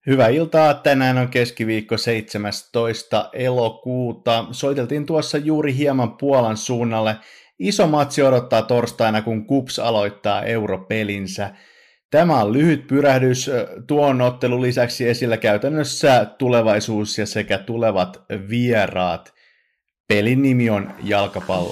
Hyvää iltaa. Tänään on keskiviikko 17. elokuuta. Soiteltiin tuossa juuri hieman Puolan suunnalle. Iso matsi odottaa torstaina, kun KuPS aloittaa europelinsä. Tämä on lyhyt pyrähdys. Tuon ottelun lisäksi esillä käytännössä tulevaisuus ja sekä tulevat vieraat. Pelin nimi on jalkapallo.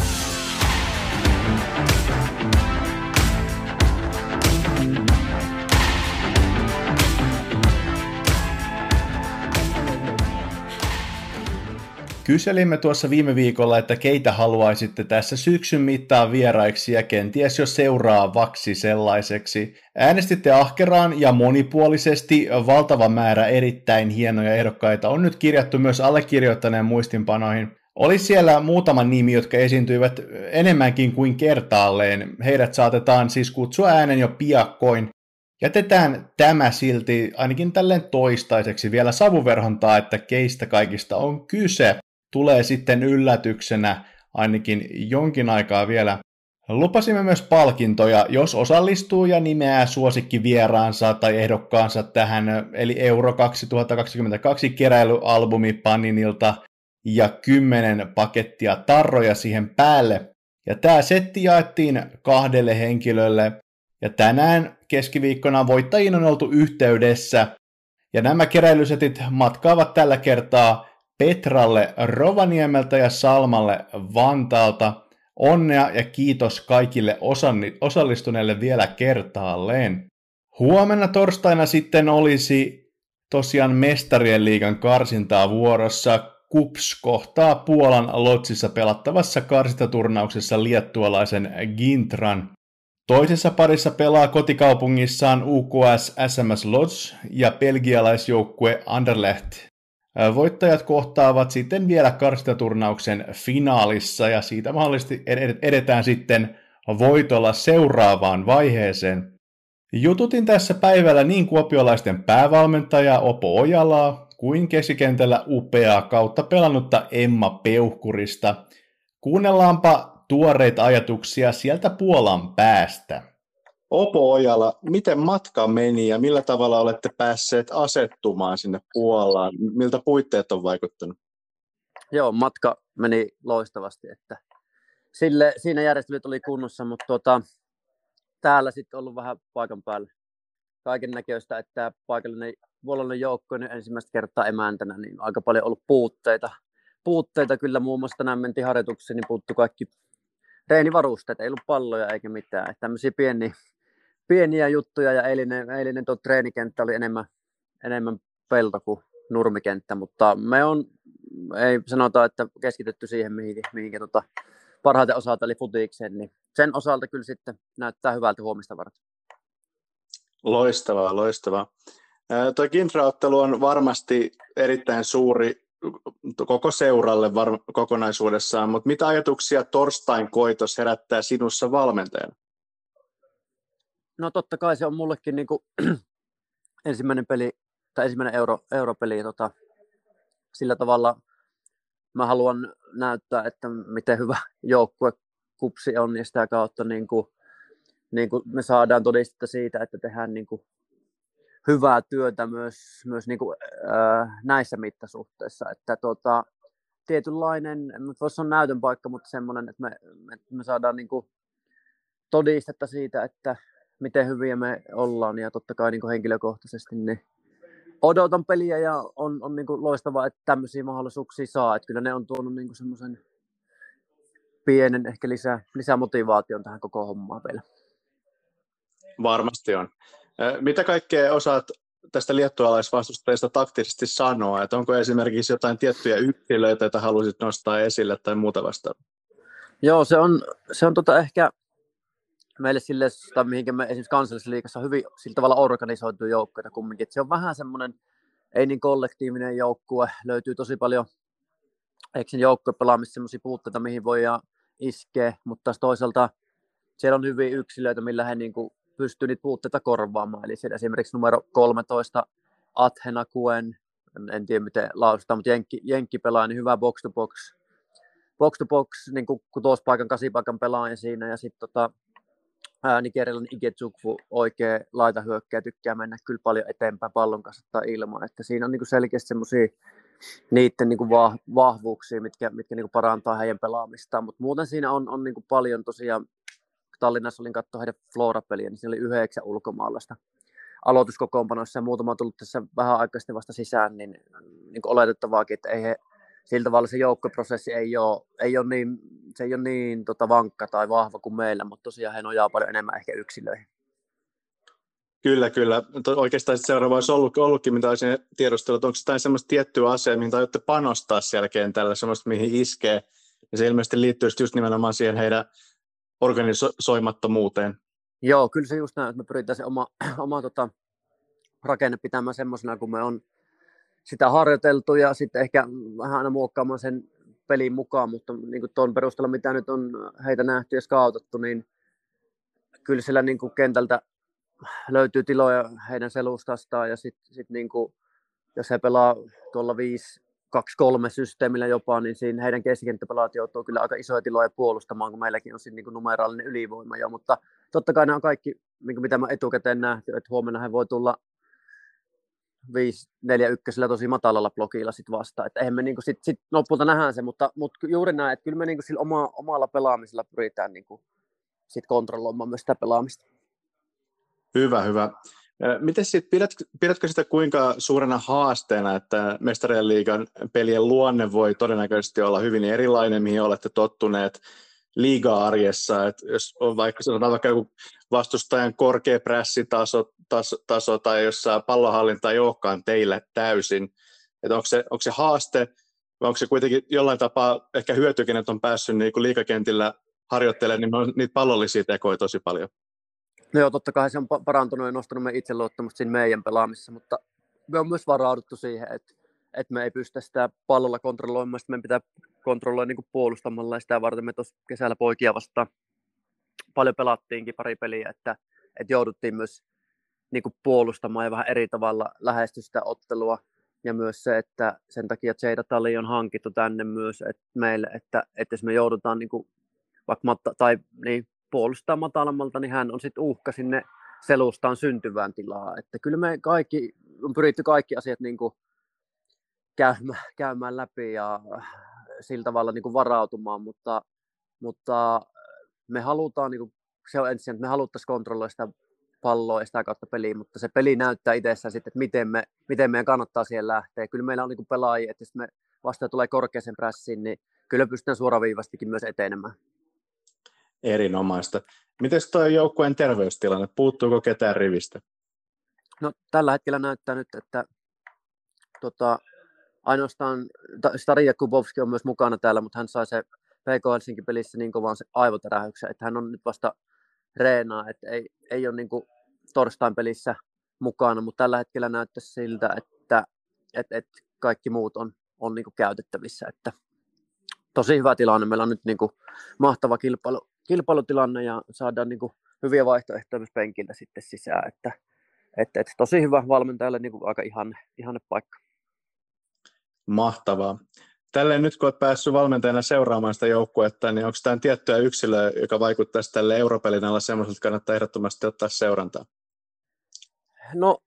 Kyselimme tuossa viime viikolla, että keitä haluaisitte tässä syksyn mittaan vieraiksi ja kenties jo seuraavaksi sellaiseksi. Äänestitte ahkeraan ja monipuolisesti. Valtava määrä erittäin hienoja ehdokkaita on nyt kirjattu myös allekirjoittaneen muistinpanoihin. Oli siellä muutama nimi, jotka esiintyivät enemmänkin kuin kertaalleen. Heidät saatetaan siis kutsua äänen jo piakkoin. Jätetään tämä silti ainakin tälleen toistaiseksi vielä savuverhontaa, että keistä kaikista on kyse. Tulee sitten yllätyksenä ainakin jonkin aikaa vielä. Lupasimme myös palkintoja, jos osallistuu ja nimeää suosikkivieraansa tai ehdokkaansa tähän, eli Euro 2022 keräilyalbumi Paninilta ja 10 pakettia tarroja siihen päälle. Ja tämä setti jaettiin 2 henkilölle, ja tänään keskiviikkona voittajiin on oltu yhteydessä, ja nämä keräilysetit matkaavat tällä kertaa Petralle Rovaniemeltä ja Salmalle Vantaalta. Onnea ja kiitos kaikille osallistuneille vielä kertaalleen. Huomenna torstaina sitten olisi tosiaan Mestarien liigan karsintaa vuorossa. KuPS kohtaa Puolan Lodzissa pelattavassa karsintaturnauksessa liettualaisen Gintran. Toisessa parissa pelaa kotikaupungissaan UKS SMS Lodz ja belgialaisjoukkue Anderlecht. Voittajat kohtaavat sitten vielä karsintaturnauksen finaalissa ja siitä mahdollisesti edetään sitten voitolla seuraavaan vaiheeseen. Jututin tässä päivällä niin kuopiolaisten päävalmentaja Opo Ojalaa kuin keskikentällä upeaa kautta pelannutta Emma Peuhkurista. Kuunnellaanpa tuoreita ajatuksia sieltä Puolan päästä. Opo Ojala, miten matka meni ja millä tavalla olette päässeet asettumaan sinne Puolaan? Miltä puitteet on vaikuttanut? Joo, matka meni loistavasti. Että siinä järjestelyt oli kunnossa, mutta täällä sitten ollut vähän paikan päällä kaiken näköistä, että paikallinen puolalainen joukko niin ensimmäistä kertaa emäntänä, niin aika paljon ollut puutteita kyllä, muun muassa tänään mentiin harjoituksiin, niin puuttu kaikki treenivarusteet, ei ollut palloja eikä mitään. Että tämmöisiä pieniä juttuja ja eilinen tuo treenikenttä oli enemmän pelto kuin nurmikenttä, mutta ei sanota, että keskitytty siihen, mihinkä parhaiten osalta eli futiikseen, niin sen osalta kyllä sitten näyttää hyvältä huomista varten. Loistavaa. Tuo Gintra-ottelu on varmasti erittäin suuri koko seuralle kokonaisuudessaan, mutta mitä ajatuksia torstain koitos herättää sinussa valmentajana? No totta kai se on mullekin niin kuin ensimmäinen peli tai ensimmäinen europeli. Sillä tavalla mä haluan näyttää, että miten hyvä joukkue KuPS on ja sitä kautta niin kuin me saadaan todistetta siitä, että tehdään niin kuin hyvää työtä myös niin kuin, näissä mittasuhteissa. Että tietynlainen, voisi sanoa näytön paikka, mutta semmoinen, että me saadaan niin kuin todistetta siitä, että miten hyviä me ollaan ja totta kai niin kuin henkilökohtaisesti niin odotan peliä ja on niin kuin loistavaa, että tämmöisiä mahdollisuuksia saa. Että kyllä ne on tuonut niin kuin semmoisen pienen ehkä lisämotivaation tähän koko hommaan vielä. Varmasti on. Mitä kaikkea osaat tästä liettualaisvastustajista taktisesti sanoa? Että onko esimerkiksi jotain tiettyjä yksilöitä, joita haluaisit nostaa esille tai muuta vastaavaa? Joo, se on ehkä meille sille, mihinkä me esimerkiksi kansallisliigassa on hyvin sillä tavalla organisoitu joukkoja kumminkin. Että se on vähän semmoinen, ei niin kollektiivinen joukkue, löytyy tosi paljon joukkuepelaamissa semmoisia puutteita, mihin voidaan iskeä, mutta taas toisaalta siellä on hyviä yksilöitä, millä he niin kuin pystyy niitä puutteita korvaamaan. Eli siellä esimerkiksi numero 13 Athena Kuen, en tiedä miten lausutaan, mutta Jenkki pelaa niin hyvä box to box niin kuin 6-paikan, 8-paikan pelaaja siinä. Ja sitten nigerialainen Ikechukwu oikea laitahyökkääjä, tykkää mennä kyllä paljon eteenpäin pallon kanssa tai ilman, että siinä on niin kuin selkeästi semmoisia niiden niin kuin vahvuuksia, mitkä niin kuin parantaa heidän pelaamistaan, mutta muuten siinä on niin kuin paljon tosiaan, Tallinnassa olin katsoa heidän Flora-peliä, niin siinä oli 9 ulkomaalaista aloituskokoonpanoissa ja muutama on tullut tässä vähän aikaisesti vasta sisään, niin kuin oletettavaakin, että ei he, sillä tavalla se joukkoprosessi ei ole niin, se ei ole niin vankka tai vahva kuin meillä, mutta tosiaan he nojaa paljon enemmän ehkä yksilöihin. Kyllä. Oikeastaan seuraava olisi ollutkin, mitä olisin tiedustellut, onko jotain semmoista tiettyä asiaa, mihin aiotte panostaa siellä kentällä, semmoista, mihin iskee, ja se ilmeisesti liittyy just nimenomaan siihen heidän organisoimattomuuteen. Joo, kyllä se just näin, että me pyritään se oma rakenne pitämään semmoisena, kun me on sitä harjoiteltu ja sitten ehkä vähän aina muokkaamaan sen pelin mukaan, mutta niin kuin tuon perusteella, mitä nyt on heitä nähty ja skautattu, niin kyllä siellä niin kuin kentältä löytyy tiloja heidän selustastaan ja sitten niin kuin, jos he pelaa tuolla 5-2-3 systeemillä jopa, niin siinä heidän keskikenttäpelaat joutuu kyllä aika isoja tiloja puolustamaan, kun meilläkin on siinä niin kuin numeraalinen ylivoima jo, mutta totta kai nämä on kaikki, niin kuin mitä mä etukäteen nähty, että huomenna he voi tulla 5-4-1 tosi matalalla blokilla sit vastaan, että eihän me niin kuin sit lopulta nähdään se, mutta juuri näin, että kyllä me niin kuin sillä omalla pelaamisella pyritään niin kuin sit kontrolloimaan myös sitä pelaamista. Hyvä. Miten pidätkö sitä kuinka suurena haasteena, että Mestarien liigan pelien luonne voi todennäköisesti olla hyvin erilainen, mihin olette tottuneet liiga-arjessa, että jos on vaikka joku vastustajan korkea prässitaso tai jossa pallonhallinta ei olekaan teille täysin, että onko se haaste vai onko se kuitenkin jollain tapaa ehkä hyötykin, että on päässyt niin kuin liigakentillä harjoittelemaan niin niitä pallollisia tekoja tosi paljon? No joo, totta kai se on parantunut ja nostanut meidän itseluottamusta siinä meidän pelaamisessa, mutta me on myös varauduttu siihen, että me ei pystytä sitä pallolla kontrolloimaan, meidän pitää kontrolloida niin kuin puolustamalla ja sitä varten me tuossa kesällä poikia vastaan paljon pelattiinkin pari peliä, että jouduttiin myös niin kuin puolustamaan ja vähän eri tavalla lähestyä sitä ottelua ja myös se, että sen takia Jada Tali on hankittu tänne myös meille, että jos me joudutaan niin kuin, vaikka puolustaa matalammalta, niin hän on sitten uhka sinne selustaan syntyvään tilaan. Että kyllä me on pyritty kaikki asiat niin kuin käymään läpi ja sillä tavalla niin kuin varautumaan, mutta me halutaan, niin kuin, se on ensin, että me haluttaisiin kontrolloida sitä palloa ja sitä kautta peliä, mutta se peli näyttää itsessään sitten, että miten meidän kannattaa siihen lähteä. Kyllä meillä on niin kuin pelaajia, että jos me vasta tulee korkeaseen prässiin, niin kyllä pystytään suoraviivastikin myös etenemään. Erinomaista. Miten tuo joukkueen terveystilanne? Puuttuuko ketään rivistä? No, tällä hetkellä näyttää nyt, että ainoastaan Stari Jakubowski on myös mukana täällä, mutta hän sai se PK Helsinki-pelissä niin kovaan se aivotärähyksen, että hän on nyt vasta reenaa, että ei ole niin kuin torstain pelissä mukana, mutta tällä hetkellä näyttää siltä, että kaikki muut on niin kuin käytettävissä, että tosi hyvä tilanne. Meillä on nyt niin kuin mahtava kilpailutilanne ja saadaan niin kuin hyviä vaihtoehtoja myös penkiltä sitten sisään, että tosi hyvä valmentajalle niin kuin aika ihanne paikka. Mahtavaa. Tälleen nyt kun olet päässyt valmentajana seuraamaan sitä joukkuetta, niin onko tämä tiettyä yksilöä, joka vaikuttaisi tälle Europelin alla semmoiselta, että kannattaa ehdottomasti ottaa seurantaa? No,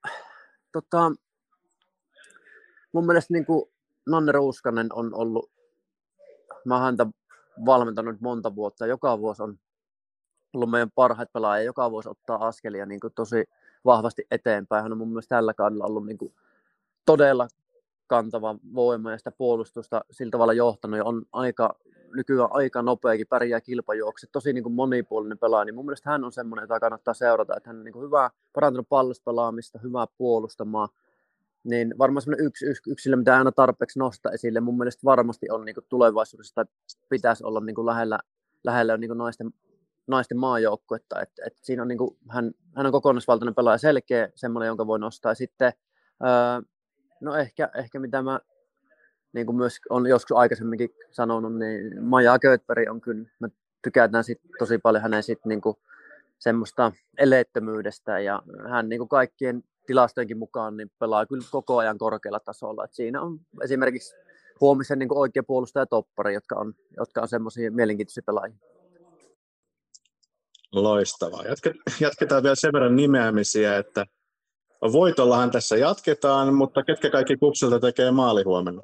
mun mielestä niin kuin Nanne Ruuskanen on ollut, mä oon häntä valmentanut monta vuotta, joka vuosi on ollut meidän parhaat pelaajia, joka vuosi ottaa askelia niin kuin tosi vahvasti eteenpäin. Hän on mun mielestä tällä kaudella ollut niin kuin todella kantava voima ja sitä puolustusta sillä tavalla johtanut ja on nykyään aika nopeakin, pärjää kilpajuokset, tosi niin kuin monipuolinen pelaaja, niin mun mielestä hän on semmoinen, jota kannattaa seurata, että hän on niin kuin hyvä, parantunut pallospelaamista, hyvää puolustamaan, niin varmaan semmoinen yksi yksilö, mitä aina tarpeeksi nostaa esille, mun mielestä varmasti on niin kuin tulevaisuudessa tai pitäisi olla niin kuin lähellä niin kuin naisten maajoukkuetta, että siinä on niin kuin, hän on kokonaisvaltainen pelaaja, selkeä semmoinen, jonka voi nostaa ja sitten no ehkä mitä mä niin kuin myös on joskus aikaisemminkin sanonut, niin Maja Göthberg on kyllä, mä tykätään tosi paljon hänen niin kuin semmoista eleettömyydestä ja hän niin kuin kaikkien tilastojenkin mukaan niin pelaa kyllä koko ajan korkealla tasolla. Et siinä on esimerkiksi huomisen niin kuin oikea puolustaja toppari, jotka on semmoisia mielenkiintoisia pelaajia. Loistavaa. Jatketaan vielä sen verran nimeämisiä, että voitollahan tässä jatketaan, mutta ketkä kaikki KuPSilta tekee maali huomenna?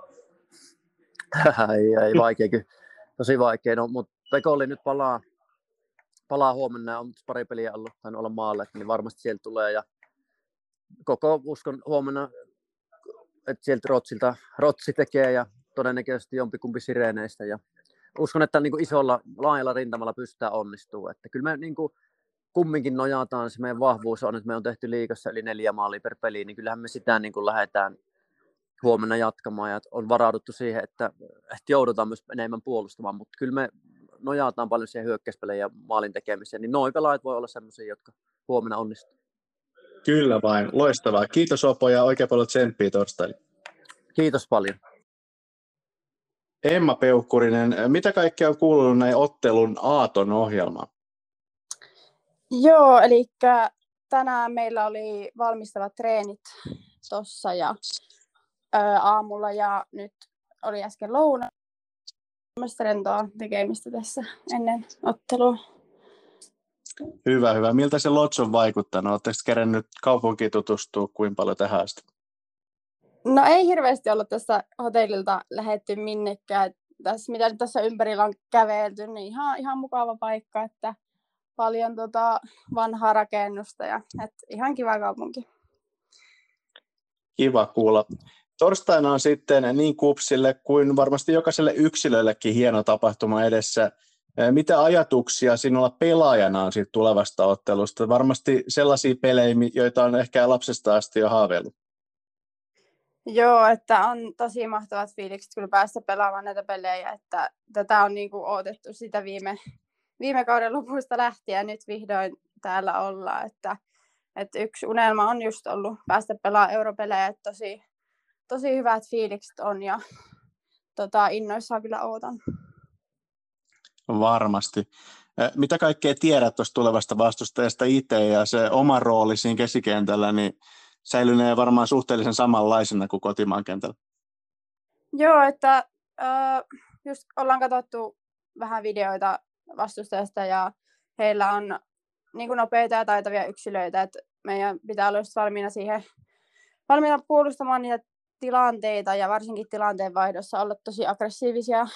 Ei vaikea kyllä. Tosi vaikea. No, mutta Pekolli nyt palaa huomenna ja on pari peliä ollut tainnut olla maalle, niin varmasti sieltä tulee. Ja koko uskon huomenna, että sieltä Rotsi tekee ja todennäköisesti jompikumpi Sireneistä. Ja uskon, että niin kuin isolla, laajalla rintamalla pystytään onnistumaan. Että kyllä me niin kuin kumminkin nojataan, se meidän vahvuus on, että me on tehty liigassa yli 4 maalia per peli, niin kyllähän me sitä niin kuin lähdetään huomenna jatkamaan ja on varauduttu siihen, että joudutaan myös enemmän puolustamaan, mutta kyllä me nojataan paljon siihen hyökkäyspeleen ja maalin tekemiseen, niin noin pelaajat voi olla sellaisia, jotka huomenna onnistuu. Kyllä vain, loistavaa. Kiitos Opo ja oikein paljon tsemppiä torstaina. Kiitos paljon. Emma Peukkurinen, mitä kaikkea on kuulunut näin ottelun aaton ohjelmaan? Joo, eli tänään meillä oli valmistavat treenit tuossa ja aamulla ja nyt oli äsken louna. Mielestäni rentoa tekemistä tässä ennen ottelua. Hyvä. Miltä se Lodge on vaikuttanut? Oletteko kerännyt kaupunkiin tutustua kuin paljon tähän asti? No ei hirveästi ollut tässä hotellilta lähdetty minnekään. Mitä nyt tässä ympärillä on kävelty, niin ihan mukava paikka, että paljon vanhaa rakennusta ja ihan kiva kaupunki. Kiva kuulla. Torstaina on sitten niin KuPSille kuin varmasti jokaiselle yksilöllekin hieno tapahtuma edessä. Mitä ajatuksia sinulla pelaajana on siitä tulevasta ottelusta? Varmasti sellaisia pelejä, joita on ehkä lapsesta asti jo haaveillut. Joo, että on tosi mahtavat fiilikset kyllä päästä pelaamaan näitä pelejä, että tätä on niin kuin odotettu sitä viime kauden lopusta lähtien ja nyt vihdoin täällä ollaan, että yksi unelma on just ollut päästä pelaamaan europelejä, että tosi hyvät fiilikset on ja innoissaan kyllä ootan. Varmasti. Mitä kaikkea tiedät tuosta tulevasta vastustajasta itse ja se oma rooli siinä keskikentällä, niin säilynee varmaan suhteellisen samanlaisena kuin kotimaan kentällä? Joo, että just ollaan katsottu vähän videoita vastustajasta ja heillä on niin kuin nopeita ja taitavia yksilöitä, että meidän pitää olla just valmiina puolustamaan niitä tilanteita ja varsinkin tilanteen vaihdossa olla tosi aggressiivisia,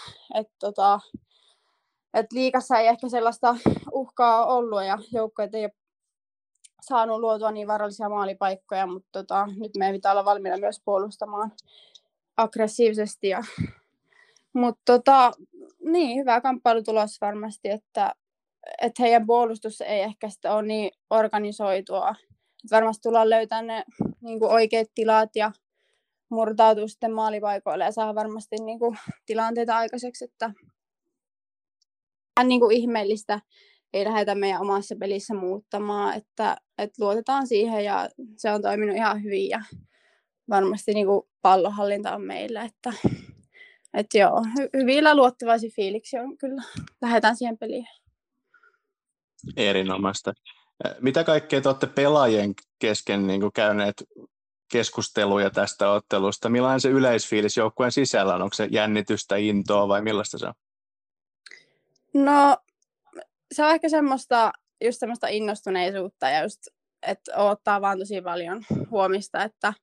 että liigassa ei ehkä sellaista uhkaa ollut ja joukkueet ei ole saanut luotua niin vaarallisia maalipaikkoja, mutta nyt meidän pitää olla valmiina myös puolustamaan aggressiivisesti. Mutta niin, hyvä kamppailutulos varmasti, että heidän puolustus ei ehkä sitä ole niin organisoitua. Että varmasti tullaan löytämään ne niin kuin oikeat tilat ja murtautua sitten maalipaikoille ja saa varmasti niin kuin tilanteita aikaiseksi, että niin kuin ihmeellistä ei lähdetä meidän omassa pelissä muuttamaan, että luotetaan siihen ja se on toiminut ihan hyvin ja varmasti niin kuin pallonhallinta on meillä, että joo, hyvillä luottavaisia fiiliksi on kyllä, lähdetään siihen peliin. Erinomaista. Mitä kaikkea te olette pelaajien kesken niin kuin käyneet keskusteluja tästä ottelusta? Millainen se yleisfiilis joukkueen sisällä on? Onko se jännitystä, intoa vai millaista se on? No, se on ehkä semmoista innostuneisuutta ja just, että odottaa vaan tosi paljon huomista, että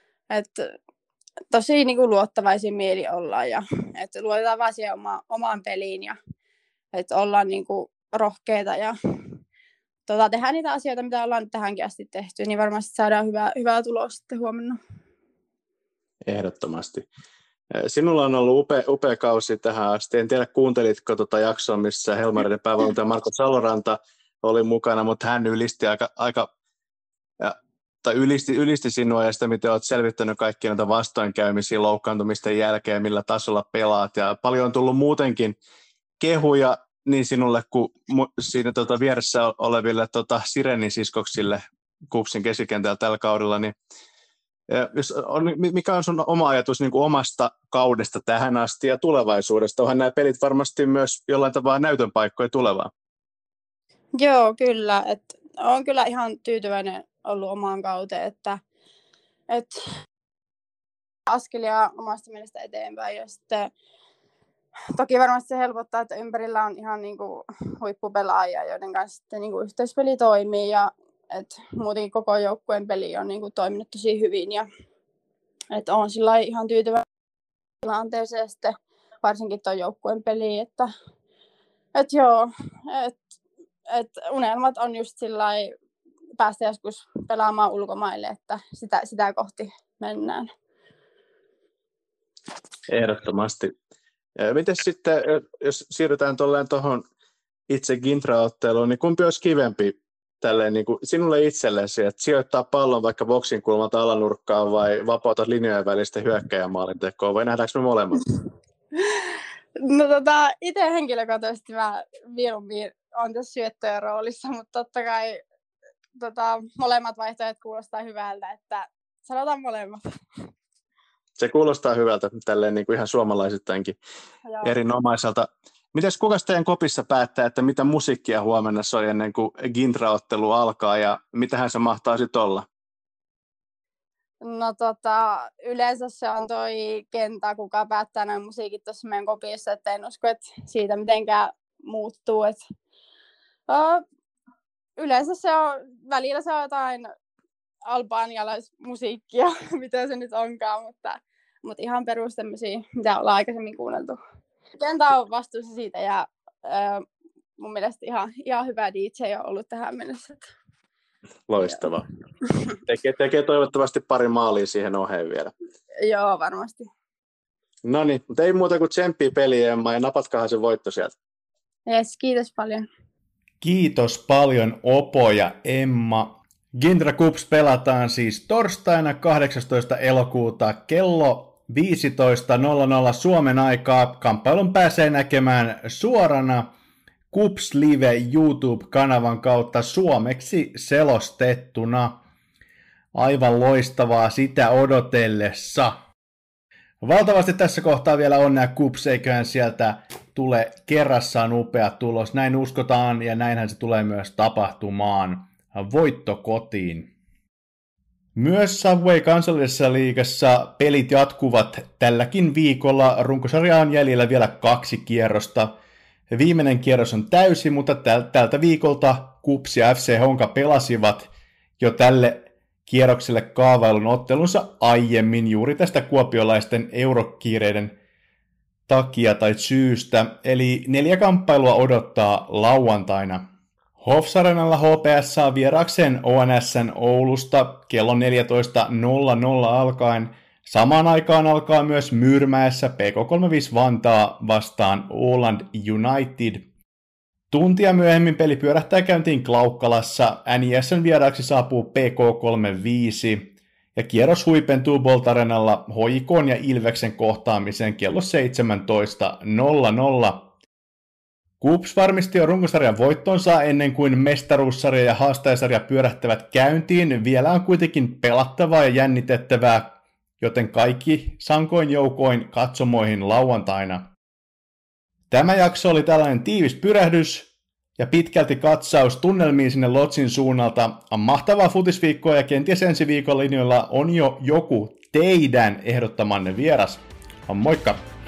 tosi niin kuin luottavaisin mieli ollaan ja että luotetaan vaan siihen omaan peliin ja että ollaan niin kuin rohkeita ja tehdään niitä asioita, mitä ollaan nyt tähänkin asti tehty, niin varmasti saadaan hyvää tulosta sitten huomenna. Ehdottomasti. Sinulla on ollut upea kausi tähän asti. En tiedä, kuuntelitko tuota jaksoa, missä Helmariden päävalmentaja Marko Saloranta oli mukana, mutta hän ylisti sinua ja sitä, miten olet selvittänyt kaikkia näitä vastoinkäymisiä loukkaantumisten jälkeen, millä tasolla pelaat. Ja paljon on tullut muutenkin kehuja niin sinulle kuin siinä vieressä oleville Sirenin siskoksille KuPSin keskikentällä tällä kaudella, niin mikä on sun oma ajatus niin kuin omasta kaudesta tähän asti ja tulevaisuudesta? Onhan nämä pelit varmasti myös jollain tavalla näytön paikkoja tulevaa. Joo, kyllä. Olen kyllä ihan tyytyväinen ollut omaan kauteen, että askelia omasta mielestä eteenpäin ja sitten toki varmasti se helpottaa, että ympärillä on ihan niin kuin huippupelaajia, joiden kanssa sitten niin kuin yhteispeli toimii ja että muutenkin koko joukkueen peli on niin kuin toiminut tosi hyvin ja että olen sillä ihan tyytyväinen tilanteeseen sitten varsinkin tuon joukkueen peliin, että joo, että unelmat on just sillä päästä joskus pelaamaan ulkomaille, että sitä kohti mennään. Ehdottomasti. Miten sitten, jos siirrytään tuohon itse Gintra-otteluun, niin kumpi olisi kivempi tälleen, niin kuin sinulle itsellesi, että sijoittaa pallon vaikka boksin kulmalta alanurkkaan vai vapautat linjojen välistä hyökkäjämaalintekoa, vai nähdäänkö me molemmat? No itse henkilökohtaisesti mä mieluummin olen tässä syöttöjen roolissa, mutta totta kai molemmat vaihtoehdot kuulostaa hyvältä, että sanotaan molemmat. Se kuulostaa hyvältä tälleen niin kuin ihan suomalaisittainkin erinomaiselta. Mites kukas teidän kopissa päättää, että mitä musiikkia huomenna soi ennen kuin Gintra-ottelu alkaa ja mitähän se mahtaa sitten olla? No yleensä se on toi kenttä, kuka päättää nämä musiikit tuossa meidän kopissa, että en usko, että siitä mitenkään muuttuu. Yleensä se on, välillä se on jotain albanialaismusiikkia, mitä se nyt onkaan, mutta ihan perus tämmöisiä, mitä ollaan aikaisemmin kuunneltu. Kenttä on vastuussa siitä ja mun mielestä ihan hyvä DJ on ollut tähän mennessä. Loistava. Tekee toivottavasti pari maalia siihen oheen vielä. Joo, varmasti. No niin, mutta ei muuta kuin tsemppii peliä, Emma, ja napatkahan se voitto sieltä. Yes, kiitos paljon. Kiitos paljon Opo ja Emma. Gintra Cups pelataan siis torstaina 18. elokuuta kello 15.00 Suomen aikaa. Kamppailun pääsee näkemään suorana Cups Live YouTube-kanavan kautta suomeksi selostettuna. Aivan loistavaa sitä odotellessa. Valtavasti tässä kohtaa vielä onnea Cups, eiköhän sieltä tule kerrassaan upea tulos. Näin uskotaan ja näinhän se tulee myös tapahtumaan. Voitto kotiin. Myös Subway kansallisessa liigassa pelit jatkuvat tälläkin viikolla. Runkosarja on jäljellä vielä 2 kierrosta. Viimeinen kierros on täysi, mutta tältä viikolta Cups ja FC Honka pelasivat jo tälle kierrokselle kaavailun ottelunsa aiemmin juuri tästä kuopiolaisten eurokiireiden takia tai syystä. Eli 4 kamppailua odottaa lauantaina. Hofs Arenalla HPS saa vieraakseen ONS:n Oulusta kello 14.00 alkaen. Samaan aikaan alkaa myös Myyrmäessä PK35 Vantaa vastaan Åland United. Tuntia myöhemmin peli pyörähtää käyntiin Klaukkalassa. NIS:n vieraaksi saapuu PK35 ja kierros huipentuu Bolt Arenalla HJK:n ja Ilveksen kohtaamiseen kello 17.00. Cups varmisti jo runkosarjan voittonsa ennen kuin mestaruussarja ja haastajasarja pyörähtävät käyntiin. Vielä on kuitenkin pelattavaa ja jännitettävää, joten kaikki sankoin joukoin katsomoihin lauantaina. Tämä jakso oli tällainen tiivis pyrähdys ja pitkälti katsaus tunnelmiin sinne Lotsin suunnalta. Mahtavaa futisviikkoa ja kenties ensi viikon linjoilla on jo joku teidän ehdottamanne vieras. Moikka!